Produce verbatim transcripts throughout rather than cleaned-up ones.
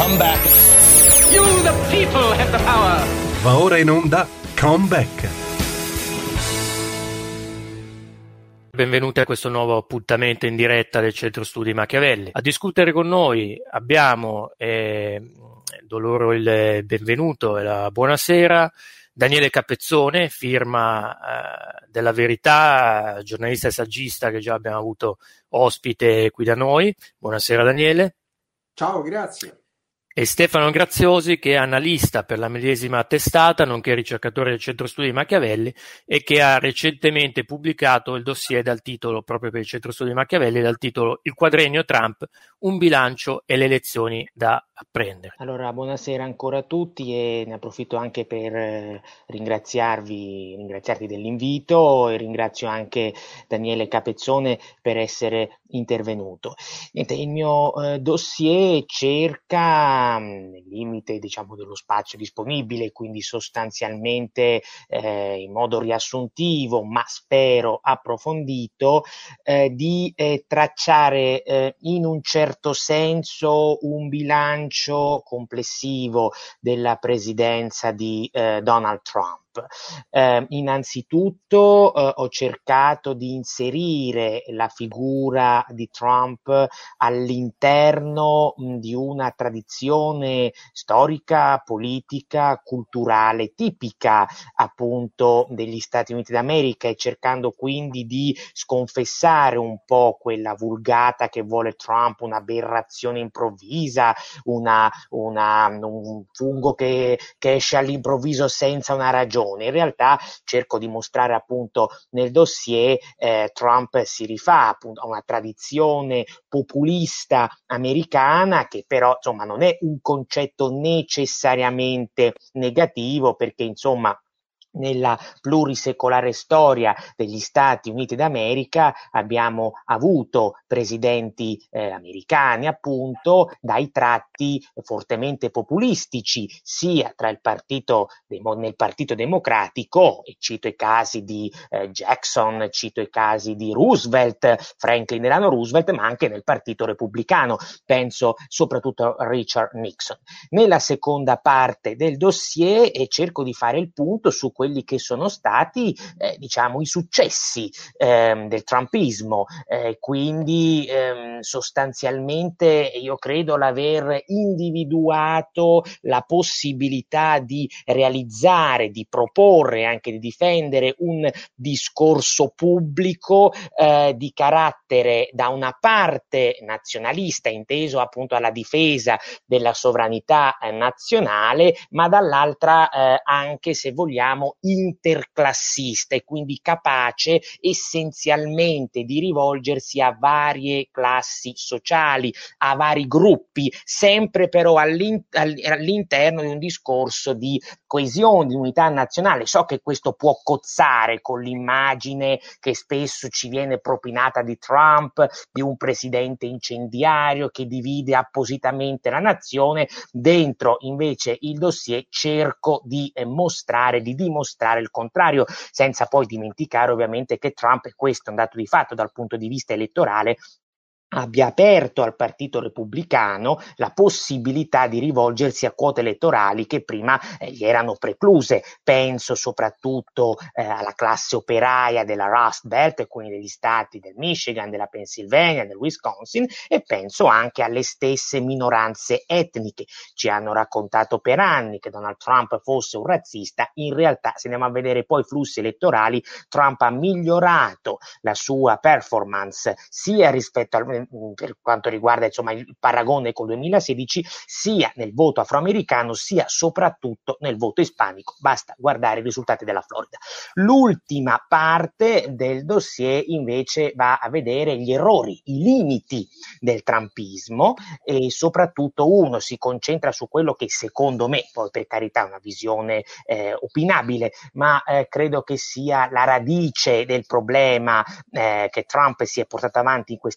Comeback. You the people have the power. Va ora in onda Comeback. Benvenuti a questo nuovo appuntamento in diretta del Centro Studi Machiavelli. A discutere con noi abbiamo, eh, do loro il benvenuto e la buonasera, Daniele Capezzone, firma eh, della Verità, giornalista e saggista che già abbiamo avuto ospite qui da noi. Buonasera Daniele. Ciao, grazie. E Stefano Graziosi, che è analista per la medesima testata, nonché ricercatore del Centro Studi Machiavelli e che ha recentemente pubblicato il dossier dal titolo, proprio per il Centro Studi Machiavelli, dal titolo Il quadriennio Trump, un bilancio e le lezioni da apprendere. Allora, buonasera ancora a tutti e ne approfitto anche per eh, ringraziarvi, ringraziarti dell'invito e ringrazio anche Daniele Capezzone per essere intervenuto. Niente, il mio eh, dossier cerca, nel limite diciamo dello spazio disponibile, quindi sostanzialmente eh, in modo riassuntivo, ma spero approfondito, eh, di eh, tracciare eh, in un certo senso un bilancio complessivo della presidenza di eh, Donald Trump. Eh, innanzitutto eh, ho cercato di inserire la figura di Trump all'interno mh, di una tradizione storica, politica, culturale tipica appunto degli Stati Uniti d'America e cercando quindi di sconfessare un po' quella vulgata che vuole Trump, un'aberrazione improvvisa, una, una, un fungo che, che esce all'improvviso senza una ragione. In realtà cerco di mostrare appunto nel dossier eh, Trump si rifà appunto a una tradizione populista americana che però insomma non è un concetto necessariamente negativo, perché insomma nella plurisecolare storia degli Stati Uniti d'America abbiamo avuto presidenti eh, americani appunto dai tratti fortemente populistici sia tra il partito nel partito democratico, e cito i casi di eh, Jackson, cito i casi di Roosevelt, Franklin Delano Roosevelt, ma anche nel partito repubblicano, penso soprattutto a Richard Nixon. Nella seconda parte del dossier eh, cerco di fare il punto su quelli che sono stati eh, diciamo i successi ehm, del trumpismo, eh, quindi ehm, sostanzialmente io credo l'aver individuato la possibilità di realizzare, di proporre, anche di difendere un discorso pubblico eh, di carattere da una parte nazionalista, inteso appunto alla difesa della sovranità eh, nazionale, ma dall'altra eh, anche, se vogliamo, interclassista e quindi capace essenzialmente di rivolgersi a varie classi sociali, a vari gruppi, sempre però all'in- all'interno di un discorso di coesione, di unità nazionale. So che questo può cozzare con l'immagine che spesso ci viene propinata di Trump, di un presidente incendiario che divide appositamente la nazione. Dentro invece il dossier cerco di eh, mostrare, di dimostrare il contrario, senza poi dimenticare ovviamente che Trump, e questo è un dato di fatto dal punto di vista elettorale, abbia aperto al partito repubblicano la possibilità di rivolgersi a quote elettorali che prima eh, gli erano precluse. Penso soprattutto eh, alla classe operaia della Rust Belt, quindi degli stati del Michigan, della Pennsylvania, del Wisconsin, e penso anche alle stesse minoranze etniche. Ci hanno raccontato per anni che Donald Trump fosse un razzista. In realtà, se andiamo a vedere poi i flussi elettorali, Trump ha migliorato la sua performance sia rispetto al per quanto riguarda insomma il paragone col duemilasedici, sia nel voto afroamericano sia soprattutto nel voto ispanico. Basta guardare i risultati della Florida. L'ultima parte del dossier invece va a vedere gli errori, i limiti del trumpismo, e soprattutto uno si concentra su quello che secondo me, poi per carità è una visione eh, opinabile, ma eh, credo che sia la radice del problema eh, che Trump si è portato avanti in questi quattro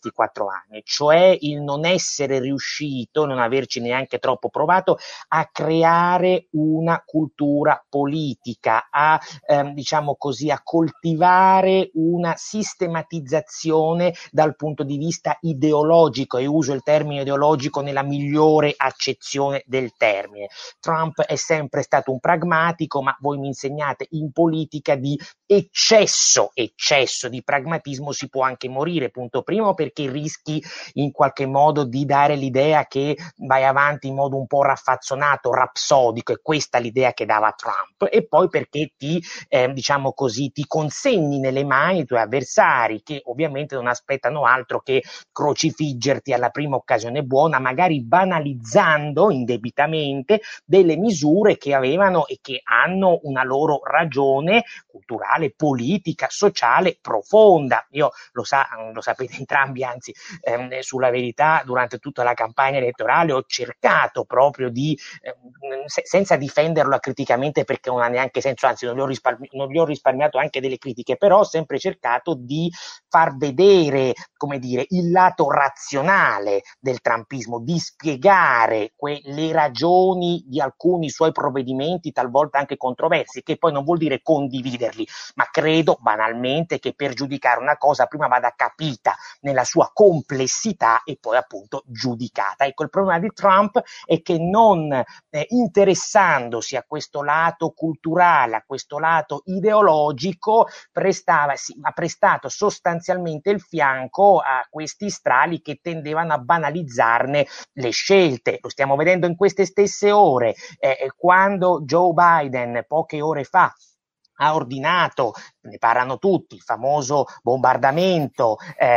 anni, cioè il non essere riuscito, non averci neanche troppo provato a creare una cultura politica, a ehm, diciamo così, a coltivare una sistematizzazione dal punto di vista ideologico, e uso il termine ideologico nella migliore accezione del termine. Trump è sempre stato un pragmatico, ma voi mi insegnate in politica di eccesso, eccesso di pragmatismo si può anche morire, punto primo, perché rischi in qualche modo di dare l'idea che vai avanti in modo un po' raffazzonato, rapsodico, e questa è l'idea che dava Trump, e poi perché ti, eh, diciamo così, ti consegni nelle mani i tuoi avversari, che ovviamente non aspettano altro che crocifiggerti alla prima occasione buona, magari banalizzando indebitamente delle misure che avevano e che hanno una loro ragione culturale, politica, sociale profonda. Io lo, sa, lo sapete entrambi, anzi, ehm, sulla Verità, durante tutta la campagna elettorale ho cercato proprio di, ehm, se, senza difenderlo criticamente perché non ha neanche senso, anzi non gli, ho risparmi- non gli ho risparmiato anche delle critiche, però ho sempre cercato di far vedere, come dire, il lato razionale del trumpismo, di spiegare que- le ragioni di alcuni suoi provvedimenti, talvolta anche controversi, che poi non vuol dire condividerli, ma credo banalmente che per giudicare una cosa prima vada capita nella sua complessità e poi appunto giudicata. Ecco, il problema di Trump è che non eh, interessandosi a questo lato culturale, a questo lato ideologico, prestava, sì, ha prestato sostanzialmente il fianco a questi strali che tendevano a banalizzarne le scelte. Lo stiamo vedendo in queste stesse ore, eh, quando Joe Biden poche ore fa ha ordinato, ne parlano tutti, il famoso bombardamento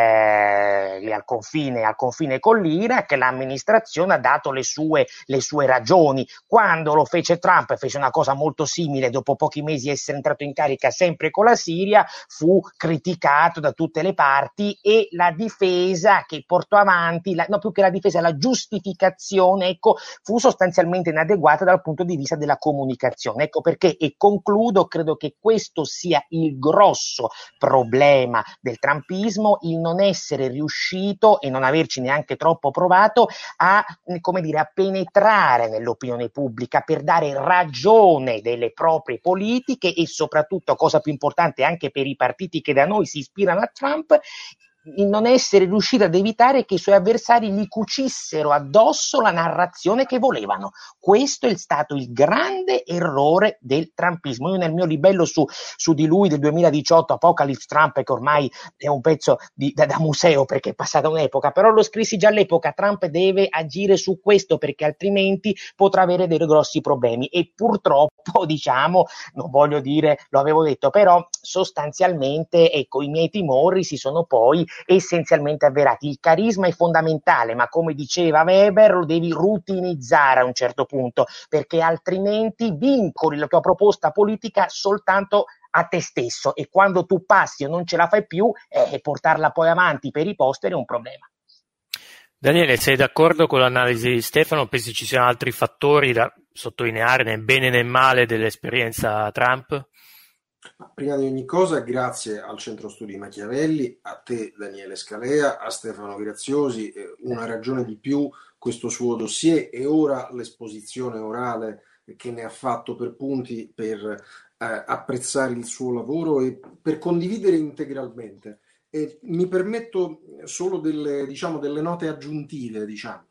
eh, al confine, al confine con l'Iraq, l'amministrazione ha dato le sue, le sue ragioni. Quando lo fece Trump, fece una cosa molto simile, dopo pochi mesi di essere entrato in carica sempre con la Siria, fu criticato da tutte le parti, e la difesa che portò avanti, la, no più che la difesa, la giustificazione, ecco, fu sostanzialmente inadeguata dal punto di vista della comunicazione. Ecco perché, e concludo, credo che questo sia il grosso problema del trumpismo, il non essere riuscito e non averci neanche troppo provato a, come dire, a penetrare nell'opinione pubblica per dare ragione delle proprie politiche, e soprattutto, cosa più importante anche per i partiti che da noi si ispirano a Trump, il non essere riuscito ad evitare che i suoi avversari gli cucissero addosso la narrazione che volevano. Questo è stato il grande errore del trumpismo. Io nel mio libello su, su di lui del duemiladiciotto, Apocalypse Trump, che ormai è un pezzo di, da, da museo perché è passata un'epoca, però lo scrissi già all'epoca: Trump deve agire su questo perché altrimenti potrà avere dei grossi problemi. E purtroppo, diciamo, non voglio dire, lo avevo detto, però sostanzialmente, ecco, i miei timori si sono poi essenzialmente avverati. Il carisma è fondamentale, ma come diceva Weber, lo devi rutinizzare a un certo punto, perché altrimenti vincoli la tua proposta politica soltanto a te stesso, e quando tu passi o non ce la fai più, eh, portarla poi avanti per i posteri è un problema. Daniele, sei d'accordo con l'analisi di Stefano? Pensi ci siano altri fattori da sottolineare nel bene e nel male dell'esperienza Trump? Ma prima di ogni cosa, grazie al Centro Studi Machiavelli, a te Daniele Scalea, a Stefano Graziosi, una ragione di più questo suo dossier, e ora l'esposizione orale che ne ha fatto per punti, per eh, apprezzare il suo lavoro e per condividere integralmente. E mi permetto solo delle, diciamo, delle note aggiuntive, diciamo.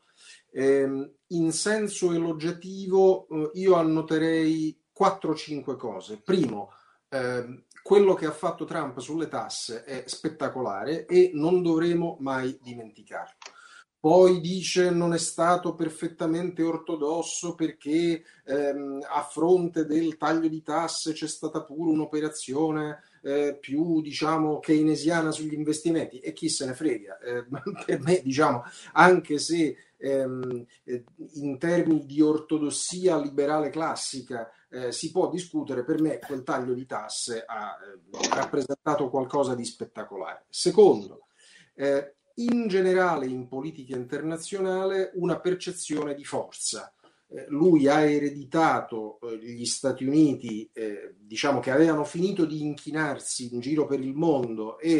Eh, in senso elogiativo eh, io annoterei quattro cinque cose. Primo, Eh, quello che ha fatto Trump sulle tasse è spettacolare e non dovremo mai dimenticarlo. Poi dice non è stato perfettamente ortodosso perché ehm, a fronte del taglio di tasse c'è stata pure un'operazione eh, più, diciamo, keynesiana sugli investimenti, e chi se ne frega. Eh, per me, diciamo, anche se ehm, in termini di ortodossia liberale classica Eh, si può discutere, per me quel taglio di tasse ha eh, rappresentato qualcosa di spettacolare. Secondo, eh, in generale in politica internazionale una percezione di forza. Eh, lui ha ereditato eh, gli Stati Uniti, eh, diciamo che avevano finito di inchinarsi in giro per il mondo e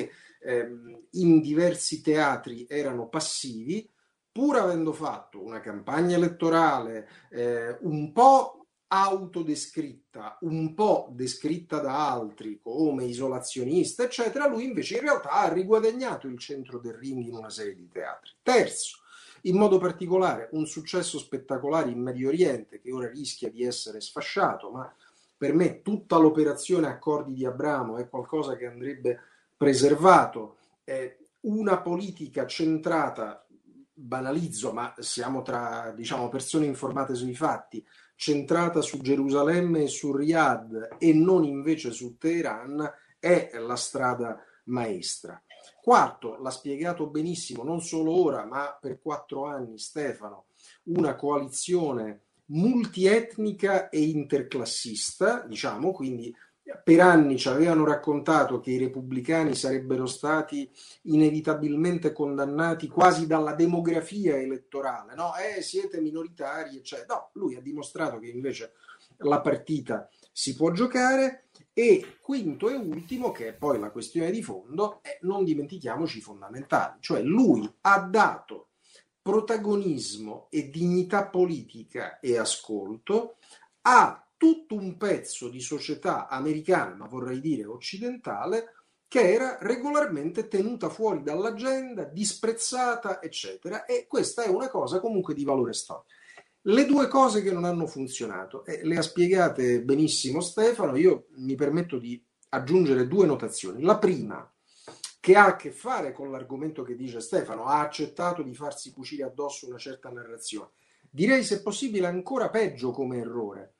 ehm, in diversi teatri erano passivi, pur avendo fatto una campagna elettorale eh, un po' autodescritta, un po' descritta da altri come isolazionista, eccetera, lui invece in realtà ha riguadagnato il centro del ring in una serie di teatri. Terzo, in modo particolare un successo spettacolare in Medio Oriente, che ora rischia di essere sfasciato, ma per me tutta l'operazione Accordi di Abramo è qualcosa che andrebbe preservato, è una politica centrata, banalizzo, ma siamo tra, diciamo, persone informate sui fatti, centrata su Gerusalemme e su Riyadh e non invece su Teheran, è la strada maestra. Quarto, l'ha spiegato benissimo, non solo ora, ma per quattro anni Stefano, una coalizione multietnica e interclassista, diciamo, quindi per anni ci avevano raccontato che i repubblicani sarebbero stati inevitabilmente condannati quasi dalla demografia elettorale, no? Eh, siete minoritari, eccetera. No, lui ha dimostrato che invece la partita si può giocare. E quinto e ultimo, che è poi la questione di fondo, è non dimentichiamoci i fondamentali, cioè lui ha dato protagonismo e dignità politica e ascolto a tutto un pezzo di società americana, ma vorrei dire occidentale, che era regolarmente tenuta fuori dall'agenda, disprezzata, eccetera. E questa è una cosa comunque di valore storico. Le due cose che non hanno funzionato, eh, le ha spiegate benissimo Stefano, io mi permetto di aggiungere due notazioni. La prima, che ha a che fare con l'argomento che dice Stefano, ha accettato di farsi cucire addosso una certa narrazione. Direi, se possibile, ancora peggio come errore.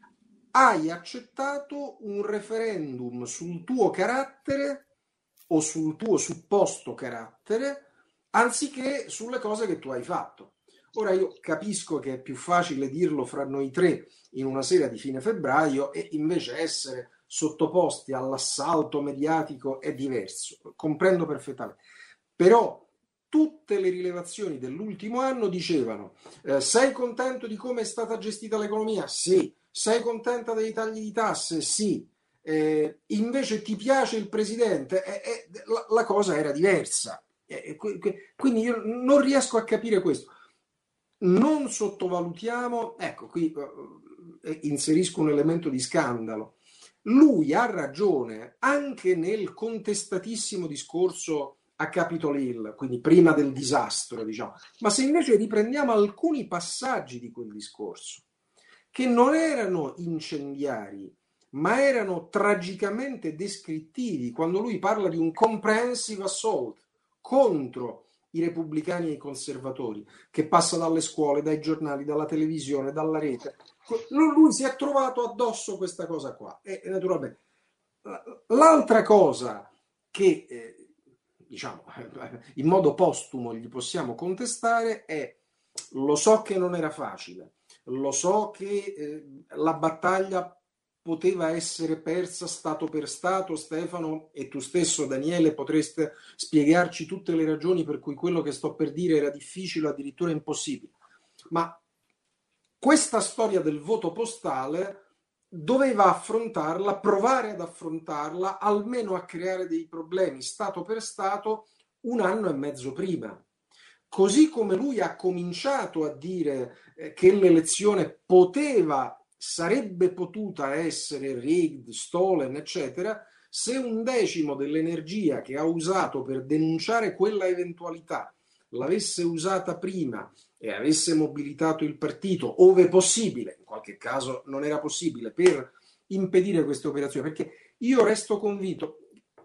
Hai accettato un referendum sul tuo carattere o sul tuo supposto carattere, anziché sulle cose che tu hai fatto. Ora io capisco che è più facile dirlo fra noi tre in una sera di fine febbraio e invece essere sottoposti all'assalto mediatico è diverso, comprendo perfettamente. Però tutte le rilevazioni dell'ultimo anno dicevano eh, sei contento di come è stata gestita l'economia? Sì. Sei contenta dei tagli di tasse? Sì. Eh, invece ti piace il presidente? Eh, eh, la, la cosa era diversa. Eh, quindi io non riesco a capire questo. Non sottovalutiamo, ecco qui eh, inserisco un elemento di scandalo. Lui ha ragione anche nel contestatissimo discorso a Capitol Hill, quindi prima del disastro, diciamo. Ma se invece riprendiamo alcuni passaggi di quel discorso, che non erano incendiari, ma erano tragicamente descrittivi, quando lui parla di un comprehensive assault contro i repubblicani e i conservatori, che passa dalle scuole, dai giornali, dalla televisione, dalla rete. Lui si è trovato addosso questa cosa qua. E naturalmente l'altra cosa che eh, diciamo in modo postumo gli possiamo contestare è: lo so che non era facile, lo so che eh, la battaglia poteva essere persa stato per stato, Stefano, e tu stesso, Daniele, potreste spiegarci tutte le ragioni per cui quello che sto per dire era difficile o addirittura impossibile. Ma questa storia del voto postale doveva affrontarla, provare ad affrontarla, almeno a creare dei problemi stato per stato un anno e mezzo prima. Così come lui ha cominciato a dire eh, che l'elezione poteva, sarebbe potuta essere rigged, stolen, eccetera, se un decimo dell'energia che ha usato per denunciare quella eventualità l'avesse usata prima e avesse mobilitato il partito, ove possibile, in qualche caso non era possibile, per impedire queste operazioni, perché io resto convinto,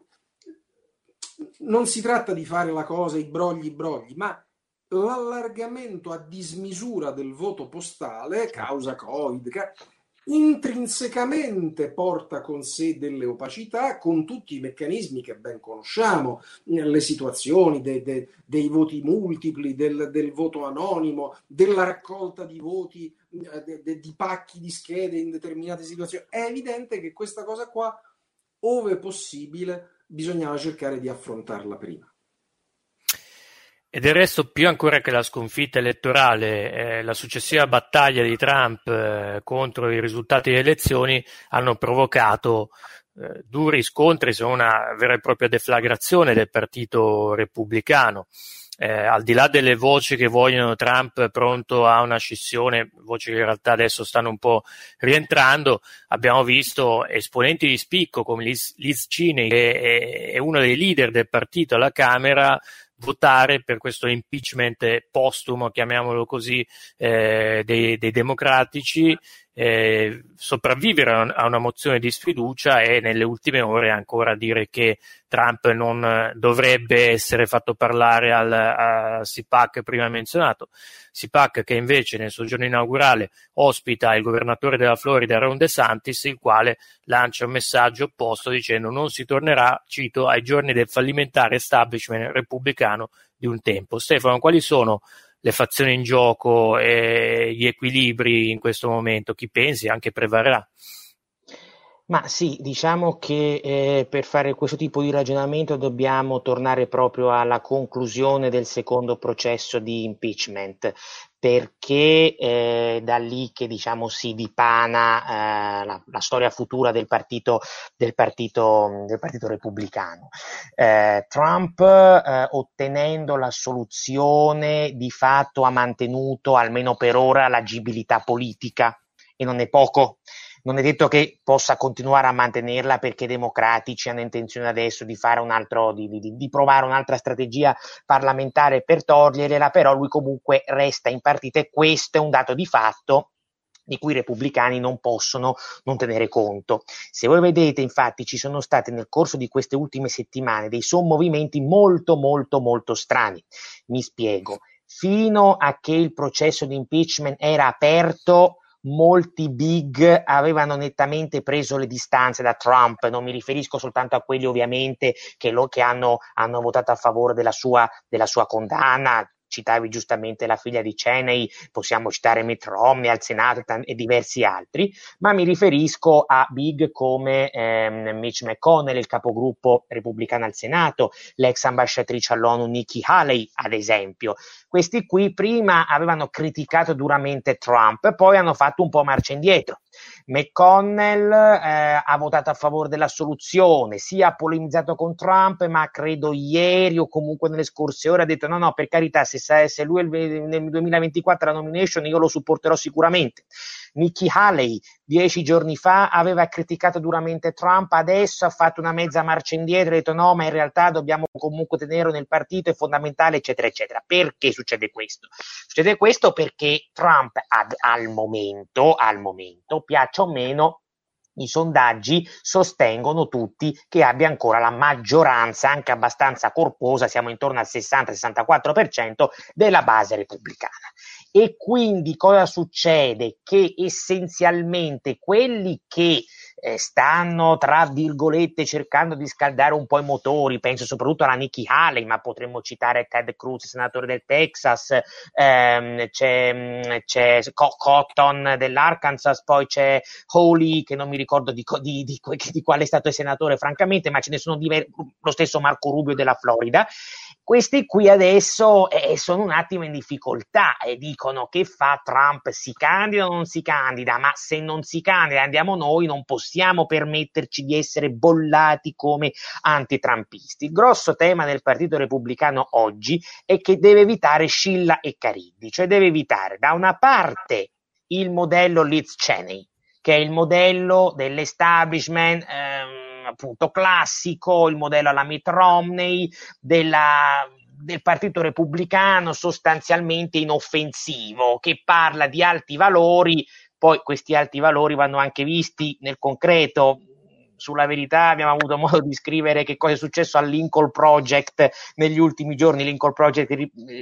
non si tratta di fare la cosa i brogli i brogli, ma l'allargamento a dismisura del voto postale, causa Covid, intrinsecamente porta con sé delle opacità, con tutti i meccanismi che ben conosciamo, le situazioni de, de, dei voti multipli, del, del voto anonimo, della raccolta di voti, de, de, di pacchi di schede in determinate situazioni. È evidente che questa cosa qua, ove possibile, bisognava cercare di affrontarla prima. E del resto, più ancora che la sconfitta elettorale, eh, la successiva battaglia di Trump eh, contro i risultati delle elezioni hanno provocato eh, duri scontri, se non una vera e propria deflagrazione del partito repubblicano. Eh, al di là delle voci che vogliono Trump pronto a una scissione, voci che in realtà adesso stanno un po' rientrando, abbiamo visto esponenti di spicco come Liz, Liz Cheney, che è, è uno dei leader del partito alla Camera, votare per questo impeachment postumo, chiamiamolo così, eh, dei, dei democratici, eh, sopravvivere a una mozione di sfiducia e nelle ultime ore ancora dire che Trump non dovrebbe essere fatto parlare al, al C PAC prima menzionato. C PAC che invece nel suo giorno inaugurale ospita il governatore della Florida Ron DeSantis, il quale lancia un messaggio opposto dicendo non si tornerà, cito, ai giorni del fallimentare establishment repubblicano di un tempo. Stefano, quali sono le fazioni in gioco e gli equilibri in questo momento? Chi pensi anche prevarrà? Ma sì, diciamo che eh, per fare questo tipo di ragionamento dobbiamo tornare proprio alla conclusione del secondo processo di impeachment, perché eh, da lì che diciamo si dipana eh, la, la storia futura del partito del partito del partito repubblicano. Eh, Trump eh, ottenendo l'assoluzione di fatto ha mantenuto almeno per ora l'agibilità politica, e non è poco. Non è detto che possa continuare a mantenerla, perché i democratici hanno intenzione adesso di fare un altro, di, di, di provare un'altra strategia parlamentare per toglierla, però lui comunque resta in partita e questo è un dato di fatto di cui i repubblicani non possono non tenere conto. Se voi vedete, infatti, ci sono stati nel corso di queste ultime settimane dei sommovimenti molto molto molto strani. Mi spiego. Fino a che il processo di impeachment era aperto, molti big avevano nettamente preso le distanze da Trump. Non mi riferisco soltanto a quelli ovviamente che, lo, che hanno, hanno votato a favore della sua, della sua condanna. Citavi giustamente la figlia di Cheney, possiamo citare Mitt Romney al Senato e diversi altri, ma mi riferisco a big come ehm, Mitch McConnell, il capogruppo repubblicano al Senato, l'ex ambasciatrice all'ONU Nikki Haley, ad esempio. Questi qui prima avevano criticato duramente Trump, poi hanno fatto un po' marcia indietro. McConnell eh, ha votato a favore dell'assoluzione, sì, ha polemizzato con Trump, ma credo ieri o comunque nelle scorse ore ha detto no no, per carità, se, se lui nel duemilaventiquattro la nomination io lo supporterò sicuramente. Nikki Haley dieci giorni fa aveva criticato duramente Trump, adesso ha fatto una mezza marcia indietro e ha detto no, ma in realtà dobbiamo comunque tenerlo nel partito, è fondamentale, eccetera eccetera. Perché succede questo? Succede questo perché Trump ad, al momento, al momento, piaccia o meno, i sondaggi sostengono tutti che abbia ancora la maggioranza, anche abbastanza corposa, siamo intorno al sessanta sessantaquattro per cento della base repubblicana. E quindi cosa succede? Che essenzialmente quelli che eh, stanno, tra virgolette, cercando di scaldare un po' i motori, penso soprattutto alla Nikki Haley, ma potremmo citare Ted Cruz, senatore del Texas, ehm, c'è, c'è Cotton dell'Arkansas, poi c'è Hawley, che non mi ricordo di, di, di, di quale stato è senatore francamente, ma ce ne sono diversi, lo stesso Marco Rubio della Florida. Questi qui adesso eh, sono un attimo in difficoltà e dicono: che fa Trump? Si candida o non si candida? Ma se non si candida andiamo noi, non possiamo permetterci di essere bollati come antitrampisti. Il grosso tema del Partito Repubblicano oggi è che deve evitare Scilla e Cariddi, cioè deve evitare da una parte il modello Liz Cheney, che è il modello dell'establishment ehm, appunto classico, il modello alla Mitt Romney, della, del Partito Repubblicano sostanzialmente inoffensivo, che parla di alti valori. Poi questi alti valori vanno anche visti nel concreto. Sulla Verità abbiamo avuto modo di scrivere che cosa è successo al Lincoln Project negli ultimi giorni. Lincoln Project,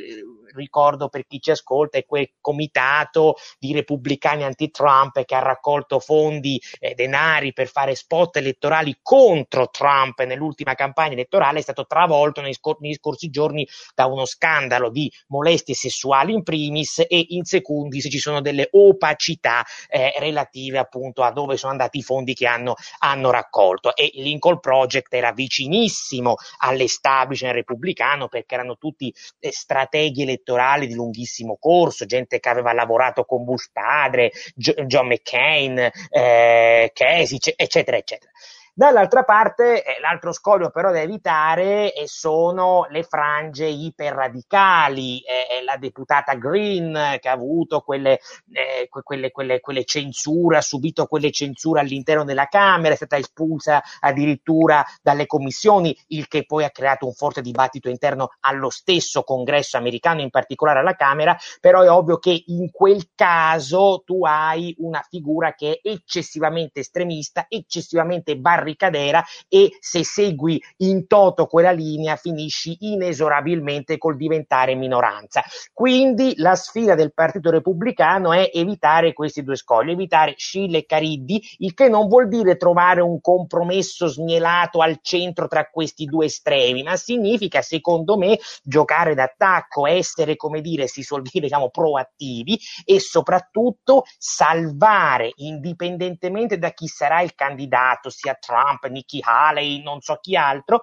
ricordo per chi ci ascolta, è quel comitato di repubblicani anti-Trump che ha raccolto fondi e eh, denari per fare spot elettorali contro Trump nell'ultima campagna elettorale. È stato travolto negli, scor- negli scorsi giorni da uno scandalo di molestie sessuali in primis, e in secundis ci sono delle opacità eh, relative appunto a dove sono andati i fondi che hanno, hanno raccolto. E il Lincoln Project era vicinissimo all'establishment repubblicano, perché erano tutti eh, strateghi elettorali di lunghissimo corso, gente che aveva lavorato con Bush padre, John McCain, eh, Kasich, eccetera eccetera. Dall'altra parte, eh, l'altro scoglio però da evitare eh, sono le frange iperradicali, eh, la deputata Green che ha avuto quelle, eh, quelle, quelle, quelle censure, ha subito quelle censure all'interno della Camera, è stata espulsa addirittura dalle commissioni, il che poi ha creato un forte dibattito interno allo stesso congresso americano, in particolare alla Camera. Però è ovvio che in quel caso tu hai una figura che è eccessivamente estremista, eccessivamente barricadera, e se segui in toto quella linea finisci inesorabilmente col diventare minoranza. Quindi la sfida del Partito Repubblicano è evitare questi due scogli, evitare Scilla e Cariddi, il che non vuol dire trovare un compromesso smielato al centro tra questi due estremi, ma significa, secondo me, giocare d'attacco, essere, come dire, si suol dire, diciamo, proattivi, e soprattutto salvare, indipendentemente da chi sarà il candidato, sia Trump, Nikki Haley, non so chi altro,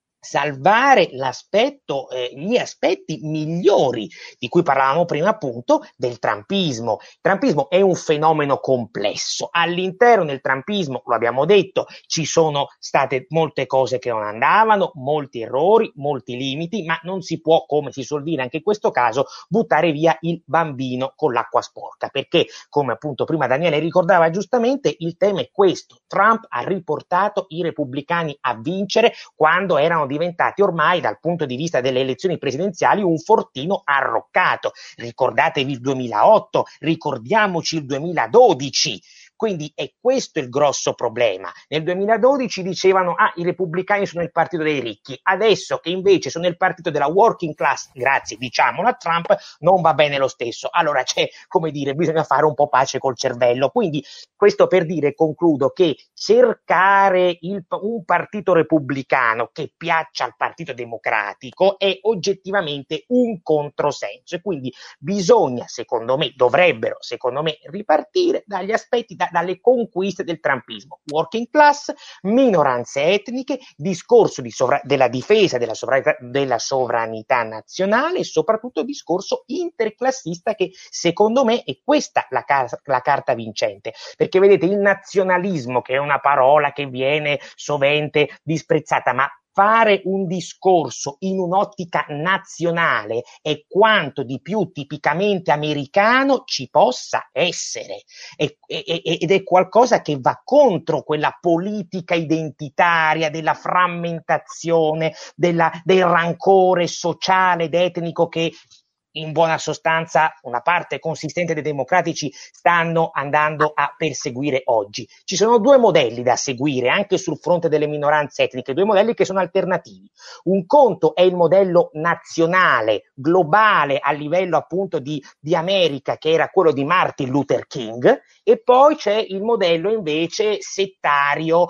salvare l'aspetto, eh, gli aspetti migliori di cui parlavamo prima, appunto, del trumpismo. Il trumpismo è un fenomeno complesso. All'interno del trumpismo, lo abbiamo detto, ci sono state molte cose che non andavano, molti errori, molti limiti, ma non si può, come si suol dire anche in questo caso, buttare via il bambino con l'acqua sporca, perché, come appunto prima Daniele ricordava giustamente, il tema è questo: Trump ha riportato i repubblicani a vincere quando erano diventati ormai, dal punto di vista delle elezioni presidenziali, un fortino arroccato. Ricordatevi il duemilaotto, ricordiamoci il duemiladodici. Quindi è questo il grosso problema. Nel duemiladodici dicevano ah, i repubblicani sono il partito dei ricchi, adesso che invece sono il partito della working class, grazie diciamolo a Trump, non va bene lo stesso. Allora c'è, come dire, bisogna fare un po' pace col cervello. Quindi questo per dire, concludo, che cercare il, un partito repubblicano che piaccia al partito democratico è oggettivamente un controsenso, e quindi bisogna, secondo me, dovrebbero, secondo me, ripartire dagli aspetti, da, dalle conquiste del trumpismo: working class, minoranze etniche, discorso di sovra- della difesa della sovranità, della sovranità nazionale, e soprattutto discorso interclassista, che secondo me è questa la, car- la carta vincente. Perché vedete, il nazionalismo, che è una parola che viene sovente disprezzata, ma fare un discorso in un'ottica nazionale è quanto di più tipicamente americano ci possa essere, e, e, ed è qualcosa che va contro quella politica identitaria della frammentazione, della, del rancore sociale ed etnico che in buona sostanza una parte consistente dei democratici stanno andando a perseguire oggi. Ci sono due modelli da seguire anche sul fronte delle minoranze etniche, due modelli che sono alternativi. Un conto è il modello nazionale, globale, a livello appunto di, di America, che era quello di Martin Luther King, e poi c'è il modello invece settario,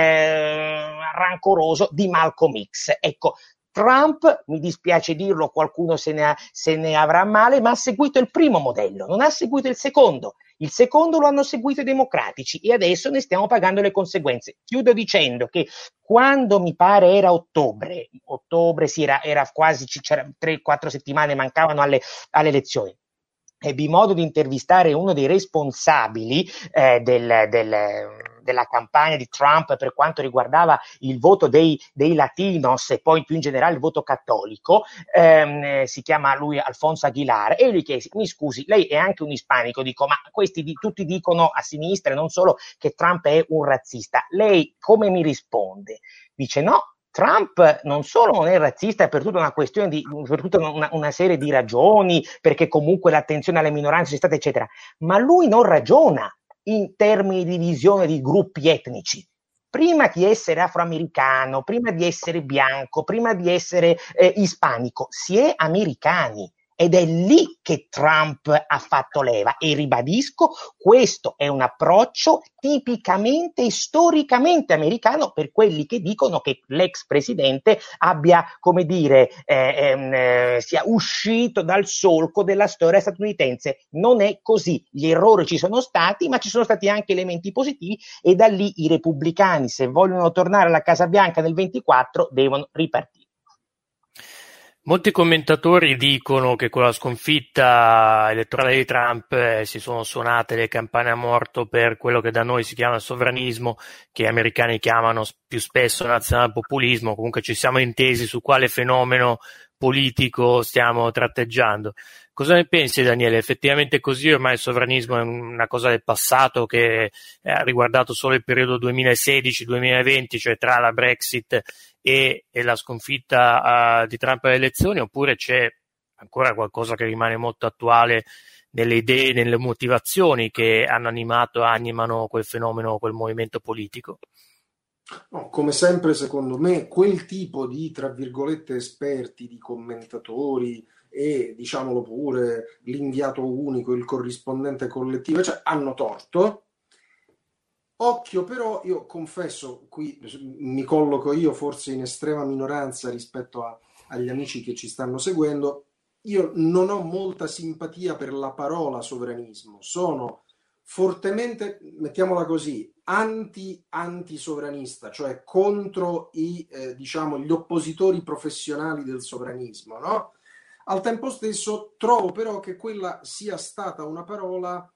eh, rancoroso di Malcolm X. Ecco, Trump, mi dispiace dirlo, qualcuno se ne, ha, se ne avrà male, ma ha seguito il primo modello, non ha seguito il secondo. Il secondo lo hanno seguito i democratici e adesso ne stiamo pagando le conseguenze. Chiudo dicendo che quando mi pare era ottobre, ottobre sì, era, era quasi, c'era tre quattro settimane, mancavano alle, alle elezioni, ebbi modo di intervistare uno dei responsabili eh, del, del, della campagna di Trump per quanto riguardava il voto dei, dei latinos e poi più in generale il voto cattolico, ehm, si chiama lui Alfonso Aguilar, e io gli chiesi: mi scusi, lei è anche un ispanico? Dico, ma questi di, tutti dicono a sinistra e non solo che Trump è un razzista, lei come mi risponde? Dice: no, Trump non solo non è razzista per tutta una questione di, per tutta una, una serie di ragioni, perché comunque l'attenzione alle minoranze c'è stata, eccetera, ma lui non ragiona in termini di visione di gruppi etnici. Prima di essere afroamericano, prima di essere bianco, prima di essere eh, ispanico, si è americani. Ed è lì che Trump ha fatto leva, e ribadisco, questo è un approccio tipicamente e storicamente americano, per quelli che dicono che l'ex presidente abbia, come dire, eh, eh, sia uscito dal solco della storia statunitense. Non è così, gli errori ci sono stati, ma ci sono stati anche elementi positivi, e da lì i repubblicani, se vogliono tornare alla Casa Bianca nel ventiquattro, devono ripartire. Molti commentatori dicono che con la sconfitta elettorale di Trump eh, si sono suonate le campane a morto per quello che da noi si chiama sovranismo, che gli americani chiamano più spesso nazionalpopulismo. Comunque ci siamo intesi su quale fenomeno politico stiamo tratteggiando. Cosa ne pensi, Daniele? Effettivamente così? Ormai il sovranismo è una cosa del passato che ha riguardato solo il periodo duemilasedici duemilaventi, cioè tra la Brexit e, e la sconfitta uh, di Trump alle elezioni, oppure c'è ancora qualcosa che rimane molto attuale nelle idee, nelle motivazioni che hanno animato, animano quel fenomeno, quel movimento politico? No, come sempre, secondo me, quel tipo di, tra virgolette, esperti, di commentatori e, diciamolo pure, l'inviato unico, il corrispondente collettivo, cioè, hanno torto. Occhio però, io confesso, qui mi colloco io forse in estrema minoranza rispetto a, agli amici che ci stanno seguendo, io non ho molta simpatia per la parola sovranismo, sono fortemente, mettiamola così, anti anti-sovranista, cioè contro i, eh, diciamo, gli oppositori professionali del sovranismo, no? Al tempo stesso trovo però che quella sia stata una parola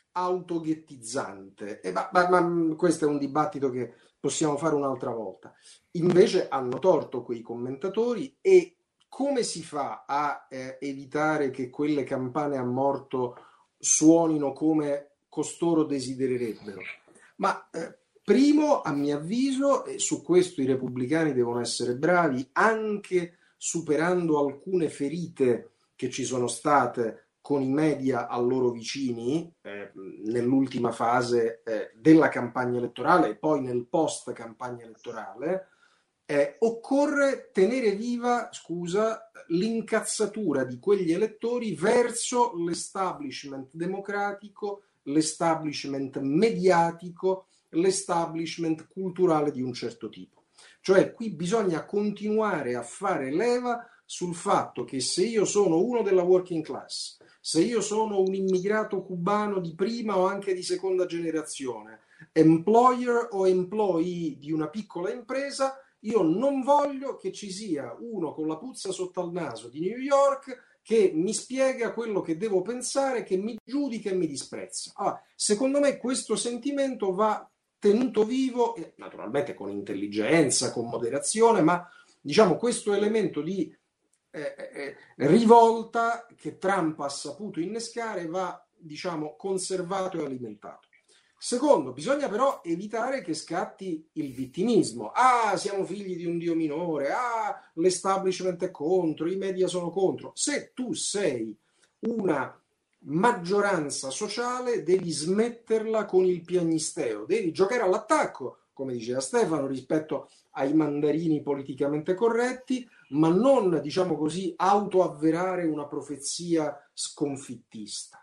autoghettizzante, e ma, ma, ma questo è un dibattito che possiamo fare un'altra volta. Invece hanno torto quei commentatori, e come si fa a eh, evitare che quelle campane a morto suonino come costoro desidererebbero? Ma eh, primo, a mio avviso, e su questo i repubblicani devono essere bravi, anche superando alcune ferite che ci sono state con i media a loro vicini eh, nell'ultima fase eh, della campagna elettorale e poi nel post campagna elettorale, eh, occorre tenere viva, scusa, l'incazzatura di quegli elettori verso l'establishment democratico, l'establishment mediatico, l'establishment culturale di un certo tipo. Cioè qui bisogna continuare a fare leva sul fatto che se io sono uno della working class, se io sono un immigrato cubano di prima o anche di seconda generazione, employer o employee di una piccola impresa, io non voglio che ci sia uno con la puzza sotto al naso di New York che mi spiega quello che devo pensare, che mi giudica e mi disprezza. Ah, secondo me questo sentimento va tenuto vivo, eh, naturalmente con intelligenza, con moderazione, ma diciamo questo elemento di eh, eh, rivolta che Trump ha saputo innescare va, diciamo, conservato e alimentato. Secondo, bisogna però evitare che scatti il vittimismo. Ah, siamo figli di un dio minore, ah, l'establishment è contro, i media sono contro. Se tu sei una maggioranza sociale, devi smetterla con il piagnisteo, devi giocare all'attacco, come diceva Stefano, rispetto ai mandarini politicamente corretti, ma non, diciamo così, autoavverare una profezia sconfittista.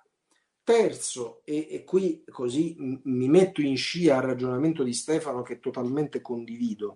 Terzo, e, e qui così m- mi metto in scia al ragionamento di Stefano che totalmente condivido,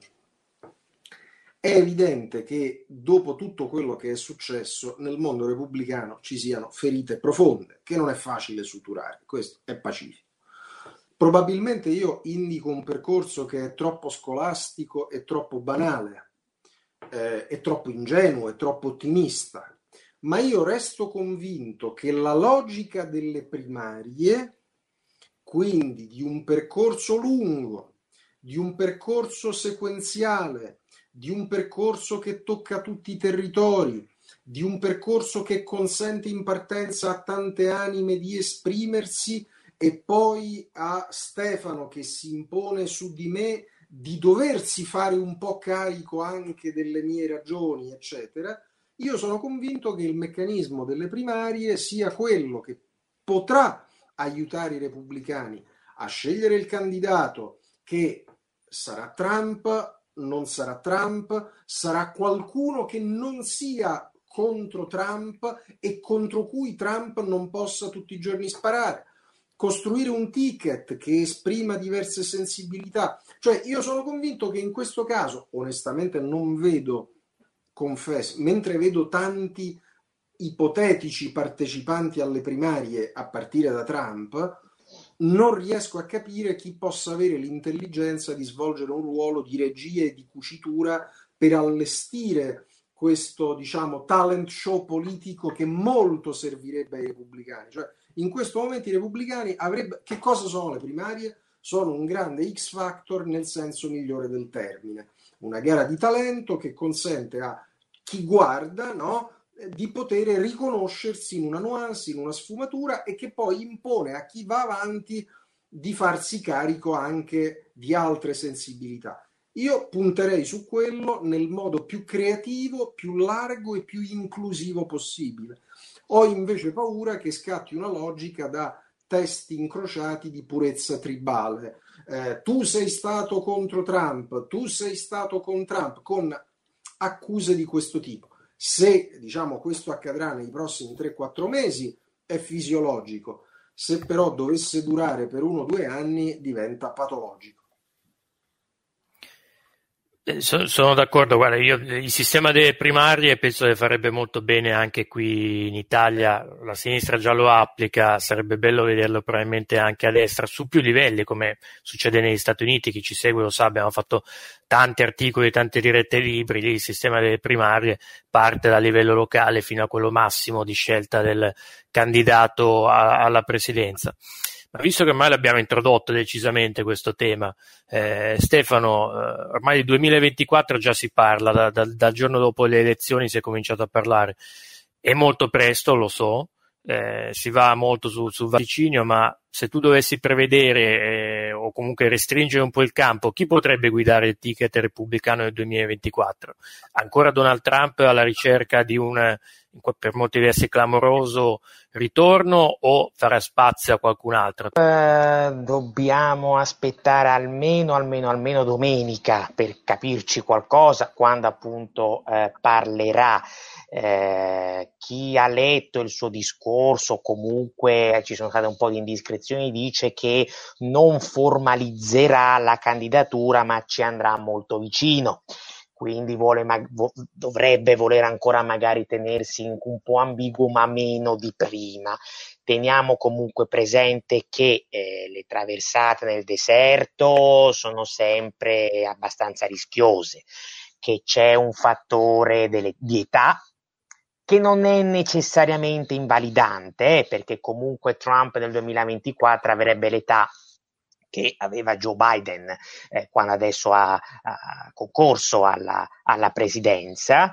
è evidente che dopo tutto quello che è successo nel mondo repubblicano ci siano ferite profonde, che non è facile suturare, questo è pacifico. Probabilmente io indico un percorso che è troppo scolastico e troppo banale, eh, è troppo ingenuo, è troppo ottimista, ma io resto convinto che la logica delle primarie, quindi di un percorso lungo, di un percorso sequenziale, di un percorso che tocca tutti i territori, di un percorso che consente in partenza a tante anime di esprimersi e poi a Stefano che si impone su di me di doversi fare un po' carico anche delle mie ragioni, eccetera. Io sono convinto che il meccanismo delle primarie sia quello che potrà aiutare i repubblicani a scegliere il candidato che sarà Trump, non sarà Trump, sarà qualcuno che non sia contro Trump e contro cui Trump non possa tutti i giorni sparare. Costruire un ticket che esprima diverse sensibilità. Cioè io sono convinto che in questo caso, onestamente non vedo, confesso, mentre vedo tanti ipotetici partecipanti alle primarie a partire da Trump, non riesco a capire chi possa avere l'intelligenza di svolgere un ruolo di regia e di cucitura per allestire questo, diciamo, talent show politico che molto servirebbe ai repubblicani. Cioè, in questo momento i repubblicani avrebbero... Che cosa sono le primarie? Sono un grande X factor nel senso migliore del termine. Una gara di talento che consente a chi guarda, no, di poter riconoscersi in una nuance, in una sfumatura, e che poi impone a chi va avanti di farsi carico anche di altre sensibilità. Io punterei su quello nel modo più creativo, più largo e più inclusivo possibile. Ho invece paura che scatti una logica da testi incrociati di purezza tribale. Eh, tu sei stato contro Trump, tu sei stato con Trump, con accuse di questo tipo. Se, diciamo, questo accadrà nei prossimi tre quattro mesi è fisiologico, se però dovesse durare per uno o due anni diventa patologico. Sono d'accordo, guarda, io il sistema delle primarie penso che farebbe molto bene anche qui in Italia, la sinistra già lo applica, sarebbe bello vederlo probabilmente anche a destra, su più livelli, come succede negli Stati Uniti. Chi ci segue lo sa, abbiamo fatto tanti articoli, tante dirette libri, lì il sistema delle primarie parte dal livello locale fino a quello massimo di scelta del candidato a, alla presidenza. Ma visto che ormai l'abbiamo introdotto decisamente questo tema, eh, Stefano, eh, ormai del duemilaventiquattro già si parla, da, da, dal giorno dopo le elezioni si è cominciato a parlare. È molto presto, lo so, eh, si va molto su, sul vaticinio, ma se tu dovessi prevedere eh, o comunque restringere un po' il campo, chi potrebbe guidare il ticket repubblicano nel duemilaventiquattro? Ancora Donald Trump alla ricerca di un, per molti versi, clamoroso ritorno, o farà spazio a qualcun altro? Uh, dobbiamo aspettare almeno, almeno, almeno domenica per capirci qualcosa, quando appunto uh, parlerà. Uh, chi ha letto il suo discorso, comunque ci sono state un po' di indiscrezioni, dice che non formalizzerà la candidatura ma ci andrà molto vicino. Quindi vuole, ma, vo, dovrebbe voler ancora magari tenersi in, un po' ambiguo, ma meno di prima. Teniamo comunque presente che eh, le traversate nel deserto sono sempre abbastanza rischiose, che c'è un fattore delle, di età che non è necessariamente invalidante, eh, perché comunque Trump nel duemilaventiquattro avrebbe l'età che aveva Joe Biden eh, quando adesso ha, ha concorso alla, alla presidenza.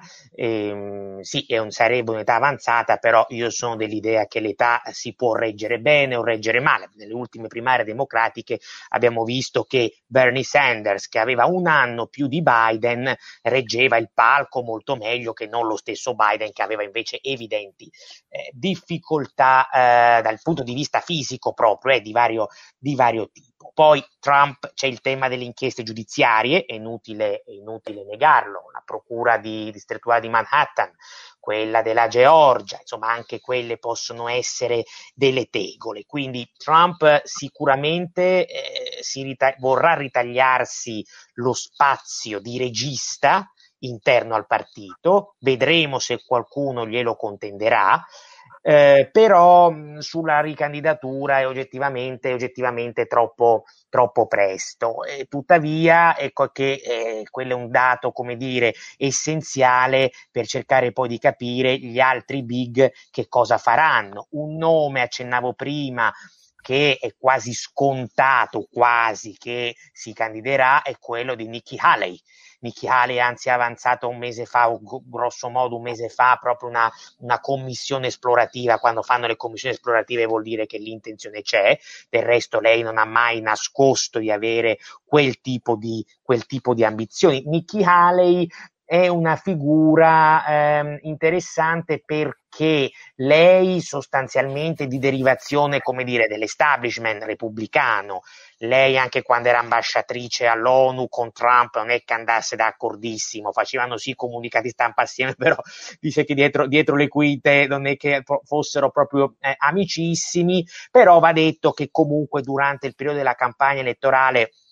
Ehm, sì, è un, sarebbe un'età avanzata, però io sono dell'idea che l'età si può reggere bene o reggere male. Nelle ultime primarie democratiche abbiamo visto che Bernie Sanders, che aveva un anno più di Biden, reggeva il palco molto meglio che non lo stesso Biden, che aveva invece evidenti eh, difficoltà eh, dal punto di vista fisico proprio, eh, di vario, di vario tipo. Poi Trump, c'è il tema delle inchieste giudiziarie, è inutile, è inutile negarlo, la procura di distrettuale di Manhattan, quella della Georgia, insomma anche quelle possono essere delle tegole, quindi Trump sicuramente eh, si rita- vorrà ritagliarsi lo spazio di regista interno al partito, vedremo se qualcuno glielo contenderà. Eh, però mh, sulla ricandidatura è oggettivamente, è oggettivamente troppo, troppo presto. Eh, tuttavia, ecco che eh, quello è un dato, come dire, essenziale per cercare poi di capire gli altri big che cosa faranno. Un nome, accennavo prima, che è quasi scontato, quasi che si candiderà, è quello di Nikki Haley. Nikki Haley anzi ha avanzato un mese fa, o grosso modo un mese fa, proprio una, una commissione esplorativa. Quando fanno le commissioni esplorative vuol dire che l'intenzione c'è, del resto lei non ha mai nascosto di avere quel tipo di, quel tipo di ambizioni. Nikki Haley è una figura eh, interessante perché lei sostanzialmente di derivazione, come dire, dell'establishment repubblicano. Lei anche quando era ambasciatrice all'ONU con Trump non è che andasse d'accordissimo, facevano sì comunicati stampa assieme, però dice che dietro, dietro le quinte non è che fossero proprio eh, amicissimi, però va detto che comunque durante il periodo della campagna elettorale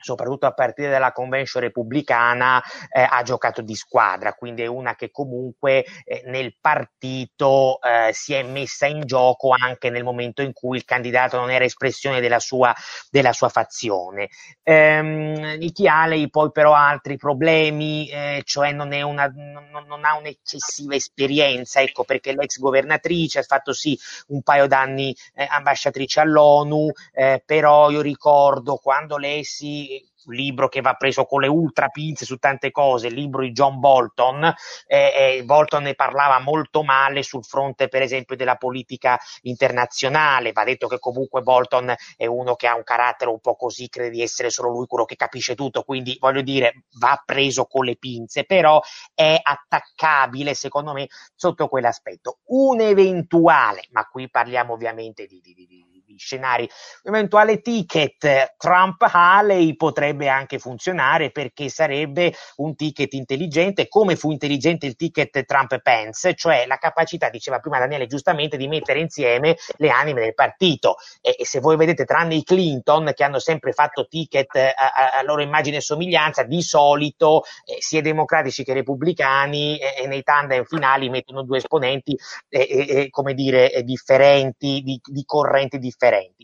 soprattutto a partire dalla convention repubblicana, eh, ha giocato di squadra, quindi è una che comunque eh, nel partito eh, si è messa in gioco anche nel momento in cui il candidato non era espressione della sua, della sua fazione. Ehm, Nikki Haley poi però ha altri problemi, eh, cioè non, è una, non, non ha un'eccessiva esperienza, ecco, perché l'ex governatrice ha fatto sì un paio d'anni eh, ambasciatrice all'ONU, eh, però io ricordo quando lessi un libro che va preso con le ultra pinze su tante cose, il libro di John Bolton, eh, eh, Bolton ne parlava molto male sul fronte per esempio della politica internazionale. Va detto che comunque Bolton è uno che ha un carattere un po' così, crede di essere solo lui quello che capisce tutto, quindi voglio dire va preso con le pinze, però è attaccabile secondo me sotto quell'aspetto. Un eventuale, ma qui parliamo ovviamente di, di, di, di scenari, un eventuale ticket Trump-Haley potrebbe anche funzionare, perché sarebbe un ticket intelligente, come fu intelligente il ticket Trump-Pence, cioè la capacità, diceva prima Daniele giustamente, di mettere insieme le anime del partito. E, e se voi vedete, tranne i Clinton che hanno sempre fatto ticket a, a, a loro immagine e somiglianza, di solito eh, sia democratici che repubblicani eh, e nei tandem finali mettono due esponenti eh, eh, come dire eh, differenti, di, di correnti differenti.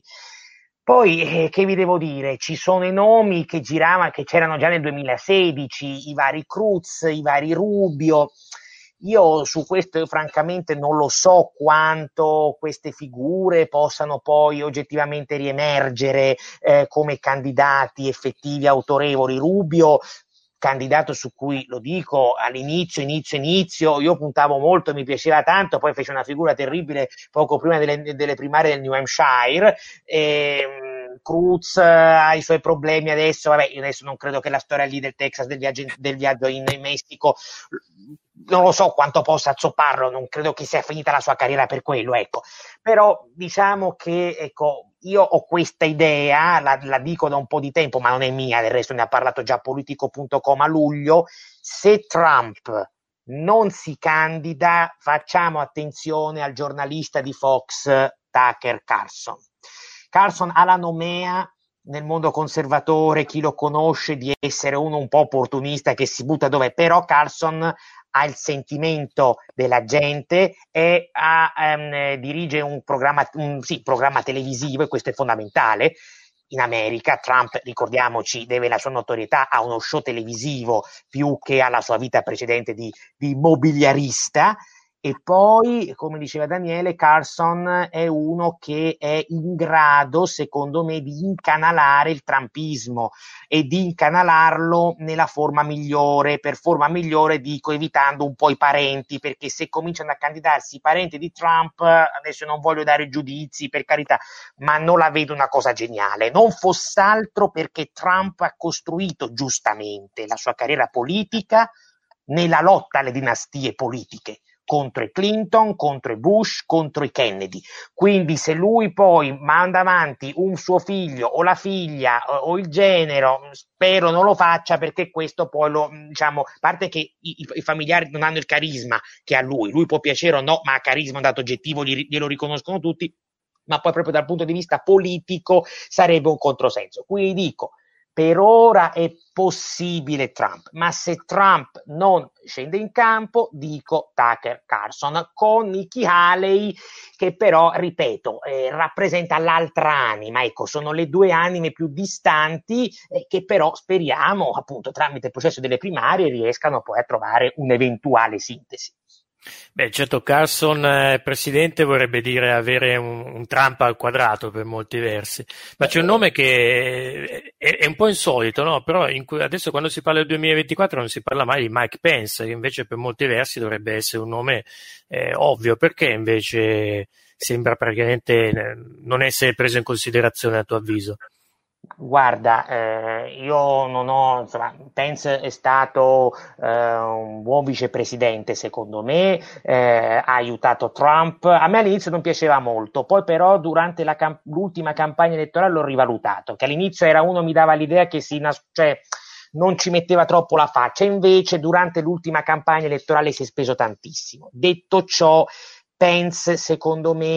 Poi eh, che vi devo dire, ci sono i nomi che giravano, che c'erano già nel duemilasedici, i vari Cruz, i vari Rubio. Io su questo francamente non lo so quanto queste figure possano poi oggettivamente riemergere eh, come candidati effettivi, autorevoli. Rubio, candidato su cui, lo dico, all'inizio, inizio, inizio, io puntavo molto, mi piaceva tanto, poi fece una figura terribile poco prima delle, delle primarie del New Hampshire. E, Cruz ha i suoi problemi adesso, vabbè, io adesso non credo che la storia lì del Texas, del viaggio, del viaggio in, in Messico, non lo so quanto possa zopparlo, non credo che sia finita la sua carriera per quello, ecco. Però diciamo che, ecco, io ho questa idea, la, la dico da un po' di tempo, ma non è mia, del resto ne ha parlato già Politico punto com a luglio: se Trump non si candida, facciamo attenzione al giornalista di Fox Tucker Carlson. Carlson ha la nomea nel mondo conservatore, chi lo conosce, di essere uno un po' opportunista che si butta dove, però Carlson ha il sentimento della gente e ha, um, dirige un programma, un, sì, programma televisivo, e questo è fondamentale. In America Trump, ricordiamoci, deve la sua notorietà a uno show televisivo più che alla sua vita precedente di, di mobiliarista. E poi, come diceva Daniele, Carlson è uno che è in grado, secondo me, di incanalare il trumpismo e di incanalarlo nella forma migliore. Per forma migliore dico evitando un po' i parenti, perché se cominciano a candidarsi i parenti di Trump, adesso non voglio dare giudizi, per carità, ma non la vedo una cosa geniale. Non foss'altro perché Trump ha costruito giustamente la sua carriera politica nella lotta alle dinastie politiche, contro i Clinton, contro i Bush, contro i Kennedy. Quindi se lui poi manda avanti un suo figlio o la figlia o, o il genero, spero non lo faccia, perché questo poi lo, diciamo, a parte che i, i familiari non hanno il carisma che ha lui, lui può piacere o no, ma ha carisma, un dato oggettivo, gli, glielo riconoscono tutti, ma poi proprio dal punto di vista politico sarebbe un controsenso. Quindi dico, per ora è possibile Trump, ma se Trump non scende in campo, dico Tucker Carlson, con Nikki Haley, che però, ripeto, eh, rappresenta l'altra anima. Ecco, sono le due anime più distanti eh, che però speriamo, appunto, tramite il processo delle primarie riescano poi a trovare un'eventuale sintesi. Beh, certo, Carlson eh, presidente vorrebbe dire avere un, un Trump al quadrato per molti versi, ma c'è un nome che è, è un po' insolito, no? Però in, adesso quando si parla del duemilaventiquattro non si parla mai di Mike Pence, che invece per molti versi dovrebbe essere un nome eh, ovvio. Perché invece sembra praticamente non essere preso in considerazione, a tuo avviso? Guarda, eh, io non ho, insomma, Pence è stato eh, un buon vicepresidente, secondo me, eh, ha aiutato Trump. A me all'inizio non piaceva molto, poi però durante la camp- l'ultima campagna elettorale l'ho rivalutato, che all'inizio era uno, mi dava l'idea che si nas- cioè, non ci metteva troppo la faccia, invece durante l'ultima campagna elettorale si è speso tantissimo. Detto ciò, Pence, secondo me,